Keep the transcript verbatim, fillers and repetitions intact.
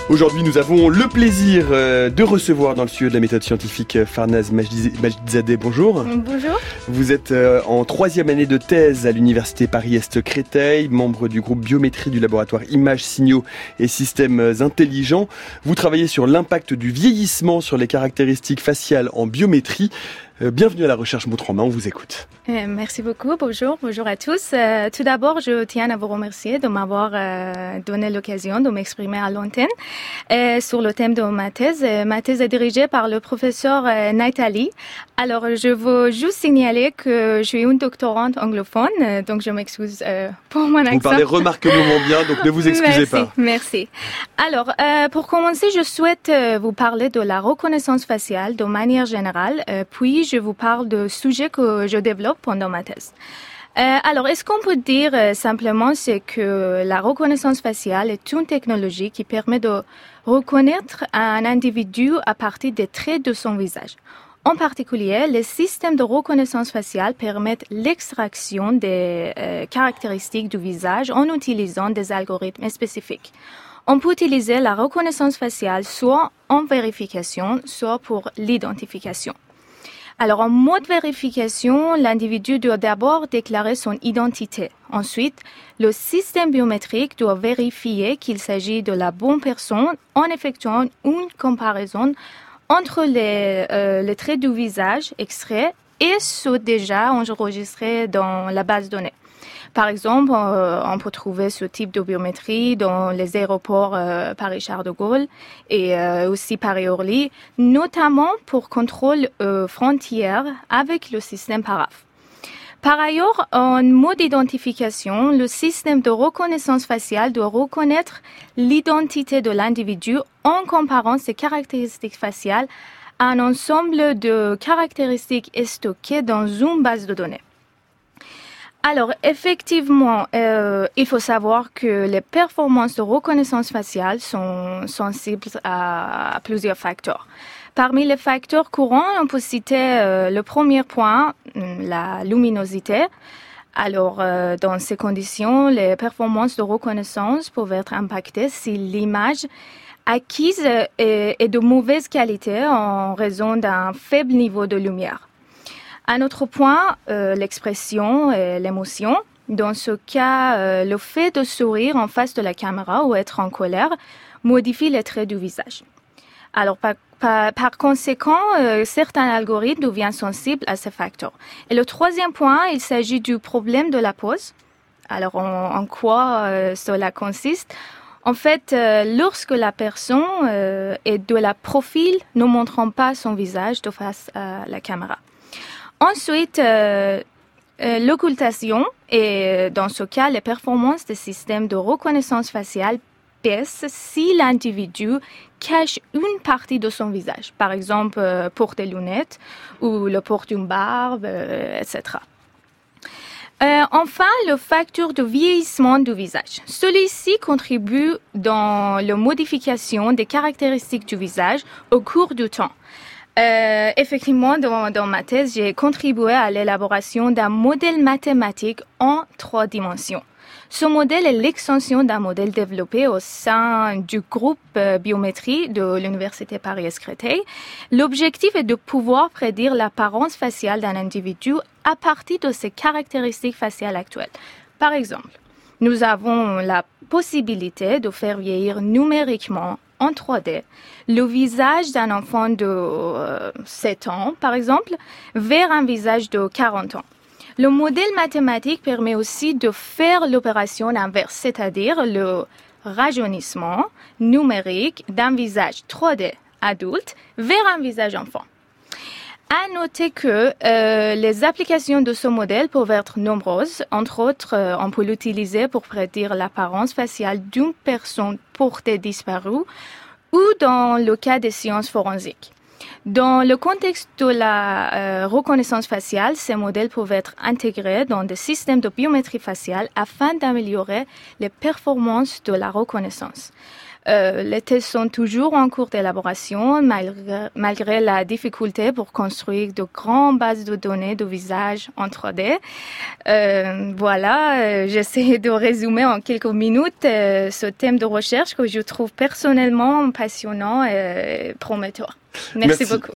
Aujourd'hui, nous avons le plaisir de recevoir dans le studio de la méthode scientifique Farnaz Majdidzadeh. Bonjour. Bonjour. Vous êtes en troisième année de thèse à l'université Paris-Est Créteil, membre du groupe biométrie du laboratoire Images, Signaux et Systèmes Intelligents. Vous travaillez sur l'impact du vieillissement sur les caractéristiques faciales en biométrie. Bienvenue à la recherche montre en main, on vous écoute. Euh, merci beaucoup, bonjour, bonjour à tous. Euh, tout d'abord, je tiens à vous remercier de m'avoir euh, donné l'occasion de m'exprimer à l'antenne euh, sur le thème de ma thèse. Euh, ma thèse est dirigée par le professeur euh, Nathalie. Alors, je veux juste signaler que je suis une doctorante anglophone, euh, donc je m'excuse euh, pour mon accent. Vous parlez remarquablement bien, donc ne vous excusez merci, pas. Merci. Alors, euh, pour commencer, je souhaite euh, vous parler de la reconnaissance faciale de manière générale, euh, puis je vous parle de sujets que je développe pendant ma thèse. Euh, alors, est-ce qu'on peut dire euh, simplement c'est que la reconnaissance faciale est une technologie qui permet de reconnaître un individu à partir des traits de son visage. En particulier, les systèmes de reconnaissance faciale permettent l'extraction des euh, caractéristiques du visage en utilisant des algorithmes spécifiques. On peut utiliser la reconnaissance faciale soit en vérification, soit pour l'identification. Alors, en mode vérification, l'individu doit d'abord déclarer son identité. Ensuite, le système biométrique doit vérifier qu'il s'agit de la bonne personne en effectuant une comparaison entre les, euh, les traits du visage extraits et ceux déjà enregistrés dans la base de données. Par exemple, euh, on peut trouver ce type de biométrie dans les aéroports euh, Paris-Charles de Gaulle et euh, aussi Paris-Orly, notamment pour contrôle euh, frontière avec le système Paraf. Par ailleurs, en mode identification, le système de reconnaissance faciale doit reconnaître l'identité de l'individu en comparant ses caractéristiques faciales à un ensemble de caractéristiques stockées dans une base de données. Alors, effectivement, euh, il faut savoir que les performances de reconnaissance faciale sont sensibles à, à plusieurs facteurs. Parmi les facteurs courants, on peut citer euh, le premier point, la luminosité. Alors, euh, dans ces conditions, les performances de reconnaissance peuvent être impactées si l'image acquise est, est de mauvaise qualité en raison d'un faible niveau de lumière. Un autre point, euh, l'expression et l'émotion. Dans ce cas, euh, le fait de sourire en face de la caméra ou être en colère modifie les traits du visage. Alors, par, par, par conséquent, euh, certains algorithmes deviennent sensibles à ces facteurs. Et le troisième point, il s'agit du problème de la pose. Alors, en, en quoi euh, cela consiste? En fait, euh, lorsque la personne euh, est de la profil, ne montrant pas son visage de face à la caméra. Ensuite, euh, euh, l'occultation et dans ce cas, les performances des systèmes de reconnaissance faciale baissent si l'individu cache une partie de son visage, par exemple euh, pour des lunettes ou le port d'une barbe, euh, et cetera. Euh, enfin, le facteur de vieillissement du visage. Celui-ci contribue dans la modification des caractéristiques du visage au cours du temps. Euh, effectivement, dans, dans ma thèse, j'ai contribué à l'élaboration d'un modèle mathématique en trois dimensions. Ce modèle est l'extension d'un modèle développé au sein du groupe euh, biométrie de l'université Paris-Est Créteil. L'objectif est de pouvoir prédire l'apparence faciale d'un individu à partir de ses caractéristiques faciales actuelles. Par exemple, nous avons la possibilité de faire vieillir numériquement en trois D, le visage d'un enfant de euh, sept ans, par exemple, vers un visage de quarante ans. Le modèle mathématique permet aussi de faire l'opération inverse, c'est-à-dire le rajeunissement numérique d'un visage trois D adulte vers un visage enfant. À noter que euh, les applications de ce modèle peuvent être nombreuses. Entre autres, euh, on peut l'utiliser pour prédire l'apparence faciale d'une personne portée disparue ou dans le cas des sciences forensiques. Dans le contexte de la euh, reconnaissance faciale, ces modèles peuvent être intégrés dans des systèmes de biométrie faciale afin d'améliorer les performances de la reconnaissance. Euh, les tests sont toujours en cours d'élaboration malgré, malgré la difficulté pour construire de grandes bases de données de visage en trois D. Euh, voilà, euh, j'essaie de résumer en quelques minutes euh, ce thème de recherche que je trouve personnellement passionnant et prometteur. Merci, Merci beaucoup.